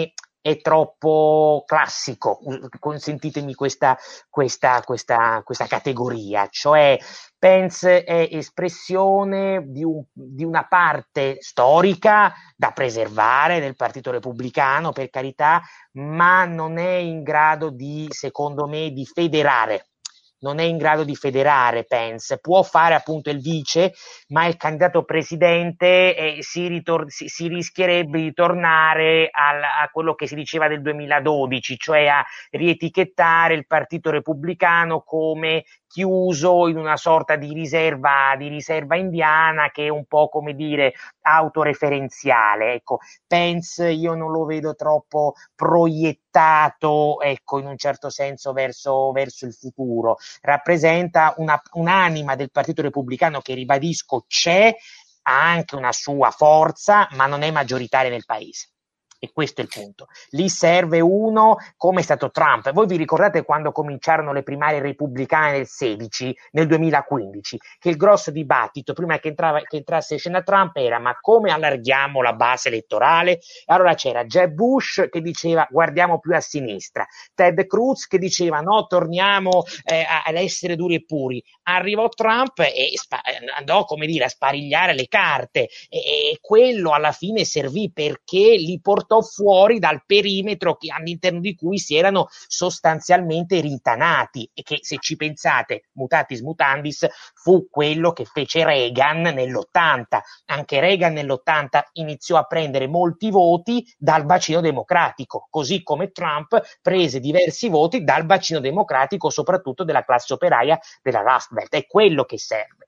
è troppo classico, consentitemi questa, questa, questa, questa categoria, cioè Pence è espressione di, un, di una parte storica da preservare del Partito Repubblicano, per carità, ma non è in grado di, secondo me, di federare. Non è in grado di federare Pence, può fare appunto il vice, ma il candidato presidente eh, si, ritor- si, si rischierebbe di tornare al, a quello che si diceva del duemiladodici, cioè a rietichettare il Partito Repubblicano come chiuso in una sorta di riserva, di riserva indiana, che è un po', come dire, autoreferenziale. Ecco, Pence io non lo vedo troppo proiettato, ecco, in un certo senso verso, verso il futuro. Rappresenta una, un'anima del Partito Repubblicano che, ribadisco, c'è, ha anche una sua forza, ma non è maggioritaria nel paese. E questo è il punto. Lì serve uno come è stato Trump. Voi vi ricordate quando cominciarono le primarie repubblicane nel sedici, nel duemilaquindici, che il grosso dibattito, prima che, entrava, che entrasse in scena Trump, era: ma come allarghiamo la base elettorale? Allora c'era Jeb Bush che diceva guardiamo più a sinistra, Ted Cruz che diceva no, torniamo eh, ad essere duri e puri. Arrivò Trump e spa- andò, come dire, a sparigliare le carte, e, e quello alla fine servì perché li portò fuori dal perimetro che, all'interno di cui si erano sostanzialmente rintanati, e che, se ci pensate, mutatis mutandis, fu quello che fece Reagan nell'ottanta. Anche Reagan nell'ottanta iniziò a prendere molti voti dal bacino democratico, così come Trump prese diversi voti dal bacino democratico, soprattutto della classe operaia della Rust Belt. È quello che serve.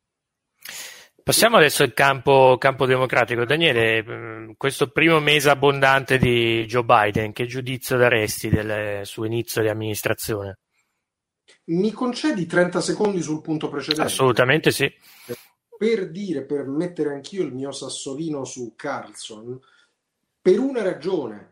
Passiamo adesso al campo, campo democratico. Daniele, questo primo mese abbondante di Joe Biden, che giudizio daresti del suo inizio di amministrazione? Mi concedi trenta secondi sul punto precedente? Assolutamente sì. Per dire, per mettere anch'io il mio sassolino su Carlson, per una ragione.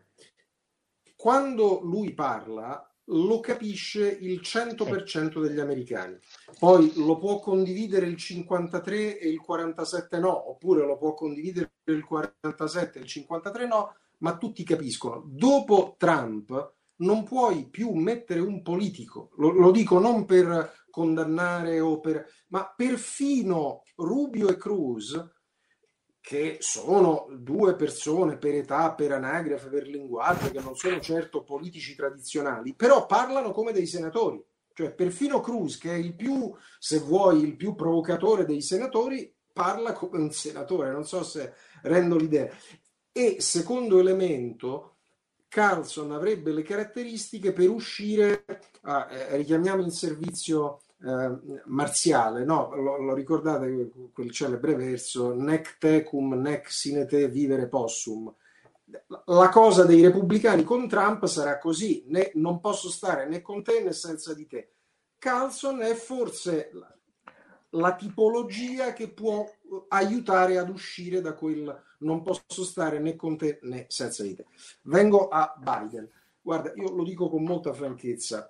Quando lui parla, lo capisce il cento per cento degli americani. Poi lo può condividere il cinquantatré e il quarantasette no, oppure lo può condividere il quarantasette e il cinquantatré no, ma tutti capiscono. Dopo Trump non puoi più mettere un politico, lo, lo dico non per condannare o per, ma perfino Rubio e Cruz, che sono due persone per età, per anagrafe, per linguaggio, che non sono certo politici tradizionali, però parlano come dei senatori. Cioè perfino Cruz, che è il più, se vuoi, il più provocatore dei senatori, parla come un senatore. Non so se rendo l'idea. E secondo elemento, Carlson avrebbe le caratteristiche per uscire, ah, eh, richiamiamo il servizio eh, marziale, no? Lo, lo ricordate quel celebre verso nec tecum nec sine te vivere possum. La cosa dei repubblicani con Trump sarà così: né, non posso stare né con te né senza di te. Carlson è forse la, la tipologia che può aiutare ad uscire da quel non posso stare né con te né senza di te. Vengo a Biden. Guarda, io lo dico con molta franchezza.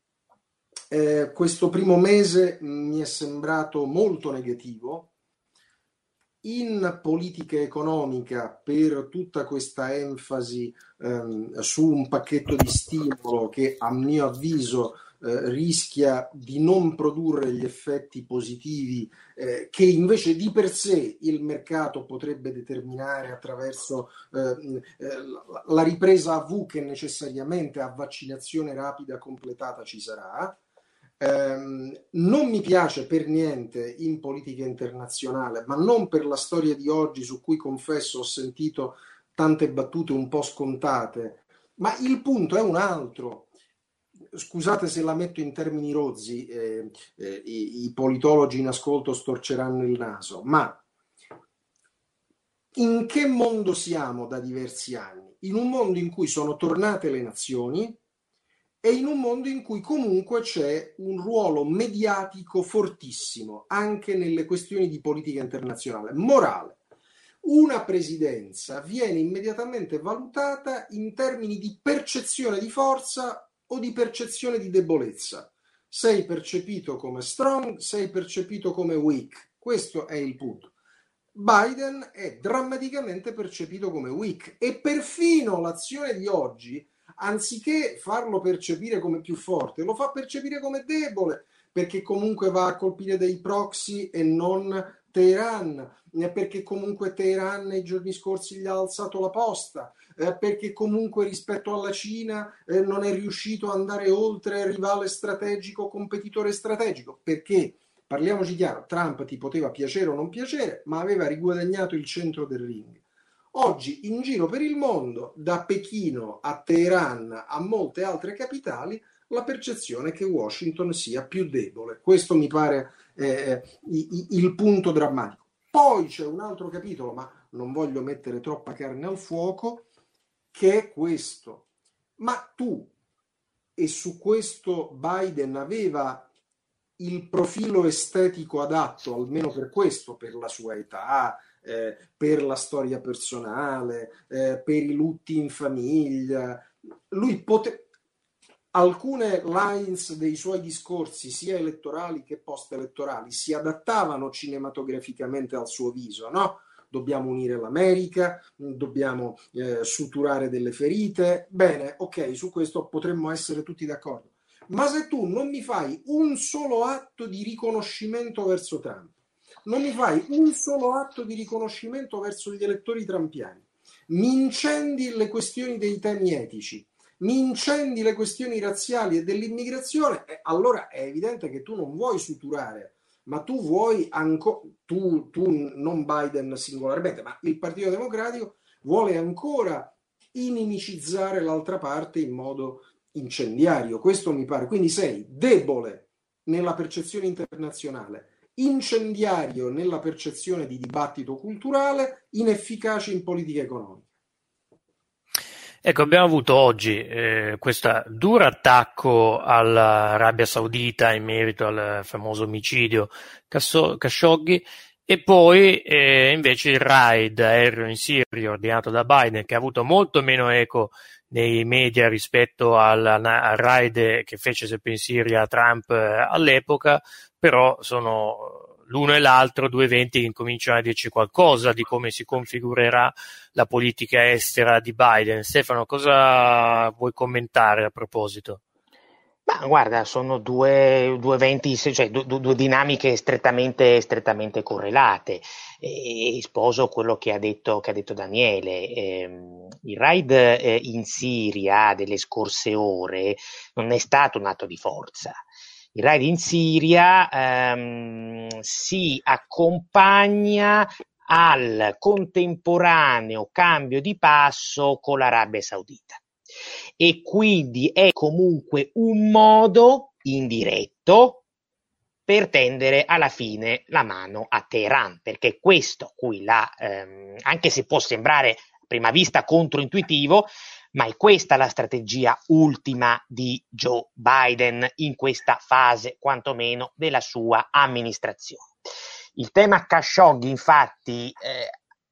Eh, questo primo mese mi è sembrato molto negativo. In politica economica, per tutta questa enfasi ehm, su un pacchetto di stimolo che a mio avviso eh, rischia di non produrre gli effetti positivi eh, che invece di per sé il mercato potrebbe determinare attraverso eh, la, la ripresa a V che necessariamente a vaccinazione rapida completata ci sarà. Um, non mi piace per niente in politica internazionale, ma non per la storia di oggi, su cui confesso ho sentito tante battute un po' scontate, ma il punto è un altro. Scusate se la metto in termini rozzi, eh, eh, i, i politologi in ascolto storceranno il naso, ma in che mondo siamo da diversi anni? In un mondo in cui sono tornate le nazioni e in un mondo in cui comunque c'è un ruolo mediatico fortissimo anche nelle questioni di politica internazionale, morale. Una presidenza viene immediatamente valutata in termini di percezione di forza o di percezione di debolezza. Sei percepito come strong, sei percepito come weak. Questo è il punto. Biden è drammaticamente percepito come weak e perfino l'azione di oggi, anziché farlo percepire come più forte, lo fa percepire come debole, perché comunque va a colpire dei proxy e non Teheran, perché comunque Teheran nei giorni scorsi gli ha alzato la posta, eh, perché comunque rispetto alla Cina eh, non è riuscito ad andare oltre rivale strategico, competitore strategico, perché parliamoci chiaro, Trump ti poteva piacere o non piacere, ma aveva riguadagnato il centro del ring. Oggi in giro per il mondo, da Pechino a Teheran a molte altre capitali, la percezione è che Washington sia più debole. Questo mi pare eh, il punto drammatico. Poi c'è un altro capitolo, ma non voglio mettere troppa carne al fuoco, che è questo. Ma tu, e su questo Biden aveva il profilo estetico adatto, almeno per questo, per la sua età, eh, per la storia personale, eh, per i lutti in famiglia. Lui pote... Alcune lines dei suoi discorsi, sia elettorali che post-elettorali, si adattavano cinematograficamente al suo viso, no? Dobbiamo unire l'America, dobbiamo eh, suturare delle ferite. Bene, ok, su questo potremmo essere tutti d'accordo. Ma se tu non mi fai un solo atto di riconoscimento verso Trump, non mi fai un solo atto di riconoscimento verso gli elettori trumpiani, mi incendi le questioni dei temi etici, mi incendi le questioni razziali e dell'immigrazione, eh, allora è evidente che tu non vuoi suturare, ma tu vuoi ancora, tu, tu non Biden singolarmente, ma il Partito Democratico vuole ancora inimicizzare l'altra parte in modo incendiario. Questo mi pare. Quindi sei debole nella percezione internazionale, incendiario nella percezione di dibattito culturale, inefficace in politica economica. Ecco, abbiamo avuto oggi eh, questo duro attacco all'Arabia Saudita in merito al famoso omicidio Khashoggi e poi eh, invece il raid aereo in Siria ordinato da Biden, che ha avuto molto meno eco nei media rispetto al, al raid che fece sempre in Siria Trump eh, all'epoca, però sono l'uno e l'altro due eventi che incominciano a dirci qualcosa di come si configurerà la politica estera di Biden. Stefano, cosa vuoi commentare a proposito? Ma guarda, sono due, due eventi, cioè due, due dinamiche strettamente, strettamente correlate. E sposo quello che ha detto, che ha detto Daniele. Eh, il raid eh, in Siria delle scorse ore non è stato un atto di forza. Il raid in Siria ehm, si accompagna al contemporaneo cambio di passo con l'Arabia Saudita e quindi è comunque un modo indiretto per tendere alla fine la mano a Teheran, perché questo qui la, ehm, anche se può sembrare a prima vista controintuitivo, ma è questa la strategia ultima di Joe Biden in questa fase, quantomeno, della sua amministrazione. Il tema Khashoggi, infatti, eh,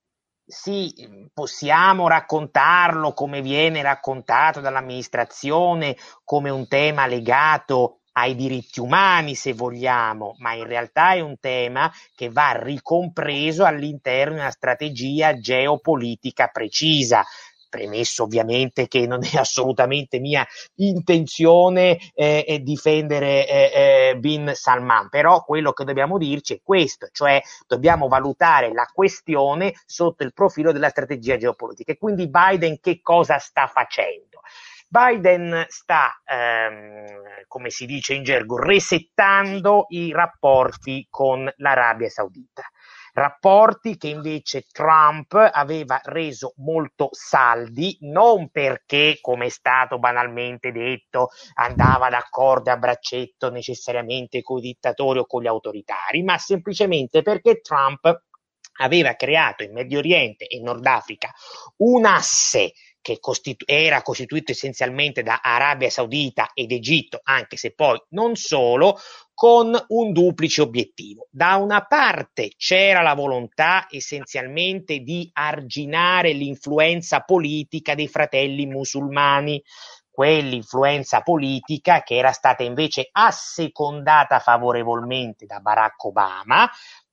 sì, possiamo raccontarlo come viene raccontato dall'amministrazione, come un tema legato ai diritti umani, se vogliamo, ma in realtà è un tema che va ricompreso all'interno di una strategia geopolitica precisa. Premesso ovviamente che non è assolutamente mia intenzione eh, difendere eh, eh, Bin Salman, però quello che dobbiamo dirci è questo, cioè dobbiamo valutare la questione sotto il profilo della strategia geopolitica. E quindi Biden che cosa sta facendo? Biden sta, ehm, come si dice in gergo, resettando i rapporti con l'Arabia Saudita. Rapporti che invece Trump aveva reso molto saldi, non perché, come è stato banalmente detto, andava d'accordo a braccetto necessariamente con i dittatori o con gli autoritari, ma semplicemente perché Trump aveva creato in Medio Oriente e Nord Africa un asse che costitu- era costituito essenzialmente da Arabia Saudita ed Egitto, anche se poi non solo, con un duplice obiettivo. Da una parte c'era la volontà essenzialmente di arginare l'influenza politica dei fratelli musulmani, quell'influenza politica che era stata invece assecondata favorevolmente da Barack Obama,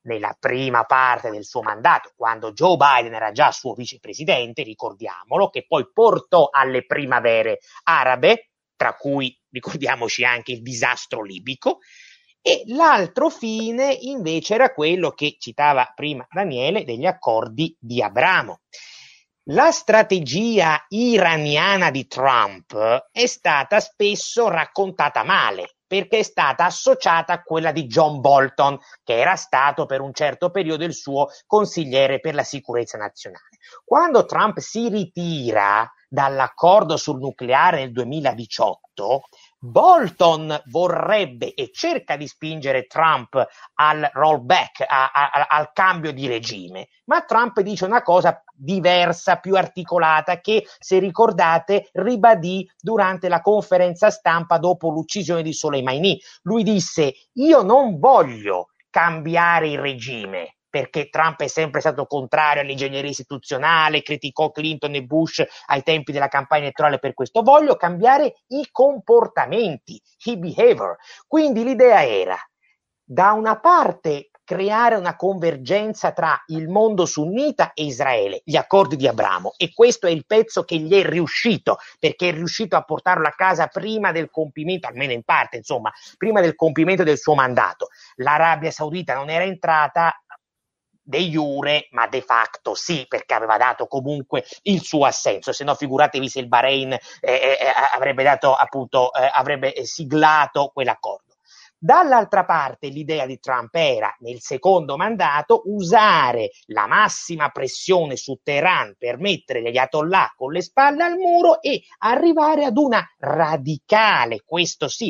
nella prima parte del suo mandato, quando Joe Biden era già suo vicepresidente, ricordiamolo, che poi portò alle primavere arabe, tra cui ricordiamoci anche il disastro libico, e l'altro fine invece era quello che citava prima Daniele, degli accordi di Abramo. La strategia iraniana di Trump è stata spesso raccontata male, perché è stata associata a quella di John Bolton, che era stato per un certo periodo il suo consigliere per la sicurezza nazionale. Quando Trump si ritira dall'accordo sul nucleare nel duemiladiciotto, Bolton vorrebbe e cerca di spingere Trump al rollback, a, a, al cambio di regime, ma Trump dice una cosa diversa, più articolata, che, se ricordate, ribadì durante la conferenza stampa dopo l'uccisione di Soleimani. Lui disse: io non voglio cambiare il regime, perché Trump è sempre stato contrario all'ingegneria istituzionale, criticò Clinton e Bush ai tempi della campagna elettorale per questo. Voglio cambiare i comportamenti, i behavior. Quindi l'idea era, da una parte, creare una convergenza tra il mondo sunnita e Israele, gli accordi di Abramo, e questo è il pezzo che gli è riuscito, perché è riuscito a portarlo a casa prima del compimento, almeno in parte, insomma, prima del compimento del suo mandato. L'Arabia Saudita non era entrata de iure, ma de facto sì, perché aveva dato comunque il suo assenso, se no figuratevi se il Bahrain eh, eh, avrebbe dato appunto eh, avrebbe siglato quell'accordo. Dall'altra parte l'idea di Trump era, nel secondo mandato, usare la massima pressione su Teheran per mettere gli ayatollah con le spalle al muro e arrivare ad una radicale, questo sì,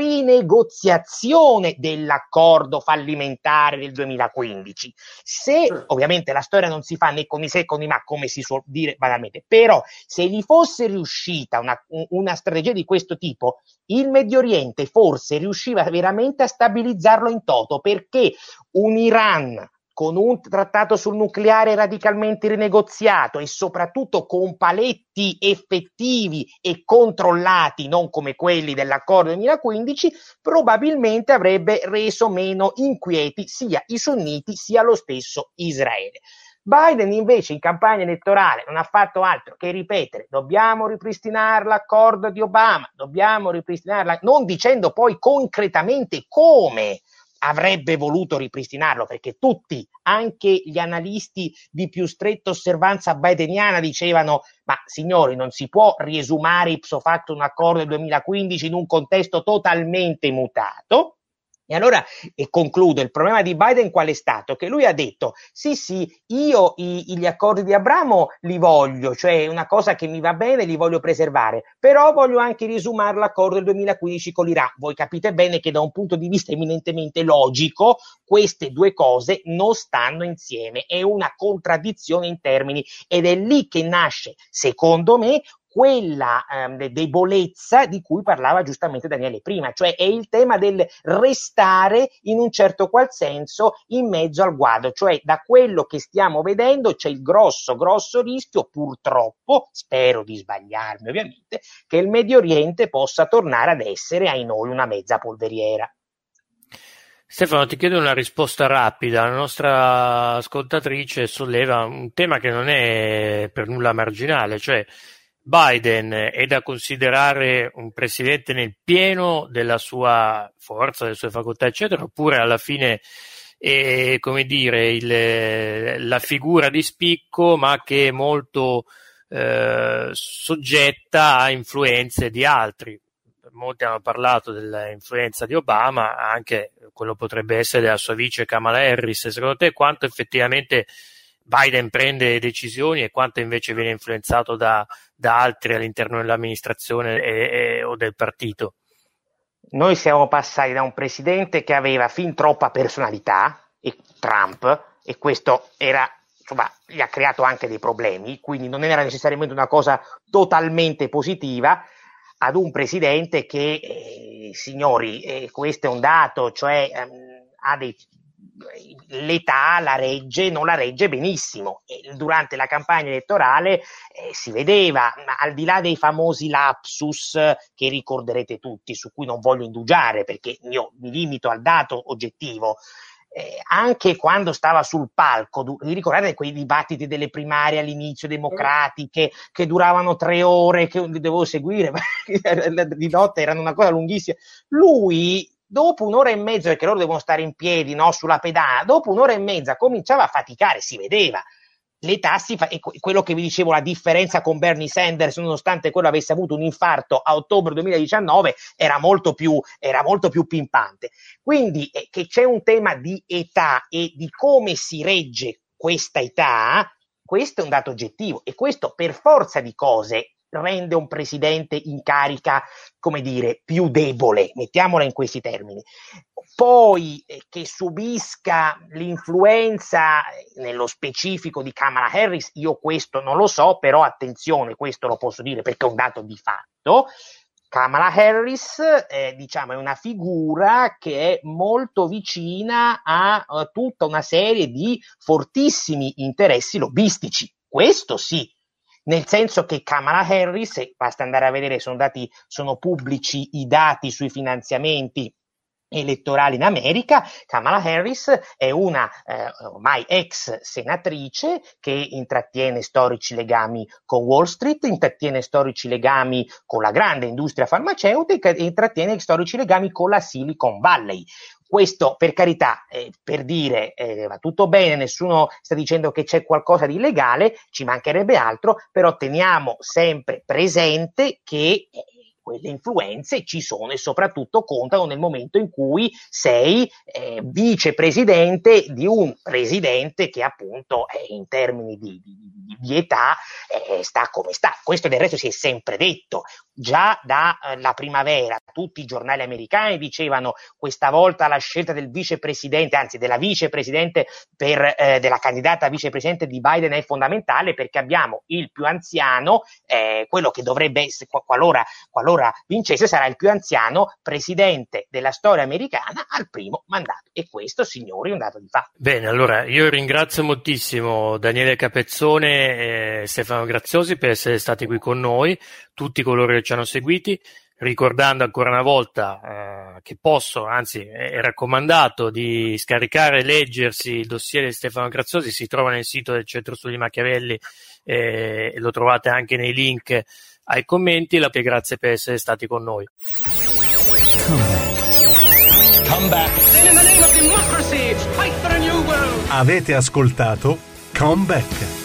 rinegoziazione dell'accordo fallimentare del duemilaquindici. Se, ovviamente, la storia non si fa né con i se né con i ma, come si suol dire banalmente, però se gli fosse riuscita una, una strategia di questo tipo, il Medio Oriente forse riusciva veramente a stabilizzarlo in toto, perché un Iran con un trattato sul nucleare radicalmente rinegoziato e soprattutto con paletti effettivi e controllati, non come quelli dell'accordo duemilaquindici, probabilmente avrebbe reso meno inquieti sia i sunniti sia lo stesso Israele. Biden invece in campagna elettorale non ha fatto altro che ripetere: dobbiamo ripristinare l'accordo di Obama, dobbiamo ripristinarla, non dicendo poi concretamente come avrebbe voluto ripristinarlo, perché tutti, anche gli analisti di più stretta osservanza bideniana, dicevano: ma signori, non si può riesumare ipso facto un accordo del duemilaquindici in un contesto totalmente mutato. E allora, e concludo, il problema di Biden qual è stato? Che lui ha detto: sì sì, io i, gli accordi di Abramo li voglio, cioè una cosa che mi va bene, li voglio preservare, però voglio anche riesumare l'accordo del duemilaquindici con l'Iran. Voi capite bene che da un punto di vista eminentemente logico queste due cose non stanno insieme, è una contraddizione in termini, ed è lì che nasce, secondo me, quella ehm, debolezza di cui parlava giustamente Daniele prima, cioè è il tema del restare in un certo qual senso in mezzo al guado, cioè da quello che stiamo vedendo c'è il grosso, grosso rischio, purtroppo, spero di sbagliarmi ovviamente, che il Medio Oriente possa tornare ad essere, ai noi, una mezza polveriera. Stefano, ti chiedo una risposta rapida. La nostra ascoltatrice solleva un tema che non è per nulla marginale, cioè Biden è da considerare un presidente nel pieno della sua forza, delle sue facoltà, eccetera, oppure alla fine è, come dire, il, la figura di spicco, ma che è molto eh, soggetta a influenze di altri. Molti hanno parlato dell'influenza di Obama, anche quello potrebbe essere della sua vice Kamala Harris. Secondo te quanto effettivamente Biden prende decisioni e quanto invece viene influenzato da, da altri all'interno dell'amministrazione e, e, o del partito? Noi siamo passati da un presidente che aveva fin troppa personalità, e Trump, e questo era, insomma, gli ha creato anche dei problemi, quindi non era necessariamente una cosa totalmente positiva, ad un presidente che, eh, signori, eh, questo è un dato, cioè ehm, ha dei l'età la regge, non la regge benissimo, e durante la campagna elettorale eh, si vedeva, ma al di là dei famosi lapsus che ricorderete tutti, su cui non voglio indugiare perché io mi limito al dato oggettivo, eh, anche quando stava sul palco, vi ricordate quei dibattiti delle primarie all'inizio democratiche che duravano tre ore, che dovevo seguire, di notte erano una cosa lunghissima, lui dopo un'ora e mezza, perché loro devono stare in piedi, no, sulla pedana, dopo un'ora e mezza cominciava a faticare, si vedeva. Le tassi, e quello che vi dicevo, la differenza con Bernie Sanders, nonostante quello avesse avuto un infarto a ottobre duemiladiciannove, era molto più, era molto più pimpante. Quindi eh, che c'è un tema di età e di come si regge questa età, questo è un dato oggettivo, e questo per forza di cose rende un presidente in carica, come dire, più debole, mettiamola in questi termini. Poi eh, che subisca l'influenza nello specifico di Kamala Harris, io questo non lo so, però attenzione, questo lo posso dire perché è un dato di fatto. Kamala Harris, eh, diciamo, è una figura che è molto vicina a uh, tutta una serie di fortissimi interessi lobbistici, questo sì. Nel senso che Kamala Harris, e basta andare a vedere, sono dati, sono pubblici i dati sui finanziamenti elettorali in America, Kamala Harris è una eh, ormai ex senatrice che intrattiene storici legami con Wall Street, intrattiene storici legami con la grande industria farmaceutica e intrattiene storici legami con la Silicon Valley. Questo, per carità, eh, per dire eh, va tutto bene, nessuno sta dicendo che c'è qualcosa di illegale, ci mancherebbe altro, però teniamo sempre presente che eh, quelle influenze ci sono e soprattutto contano nel momento in cui sei eh, vicepresidente di un presidente che appunto eh, in termini di, di, di età eh, sta come sta. Questo del resto si è sempre detto. Già dalla eh, primavera tutti i giornali americani dicevano questa volta la scelta del vicepresidente, anzi della vicepresidente per, eh, della candidata vicepresidente di Biden è fondamentale perché abbiamo il più anziano, eh, quello che dovrebbe essere, qualora, qualora vincesse, sarà il più anziano presidente della storia americana al primo mandato, e questo, signori, è un dato di fatto. Bene, allora io ringrazio moltissimo Daniele Capezzone e Stefano Graziosi per essere stati qui con noi, tutti coloro che ci hanno seguiti, ricordando ancora una volta eh, che possono, anzi è raccomandato di scaricare e leggersi il dossier di Stefano Graziosi, si trova nel sito del Centro Studi Machiavelli eh, e lo trovate anche nei link ai commenti. La grazie per essere stati con noi. Come back. In the name of democracy, fight for a new world. Avete ascoltato Come Back.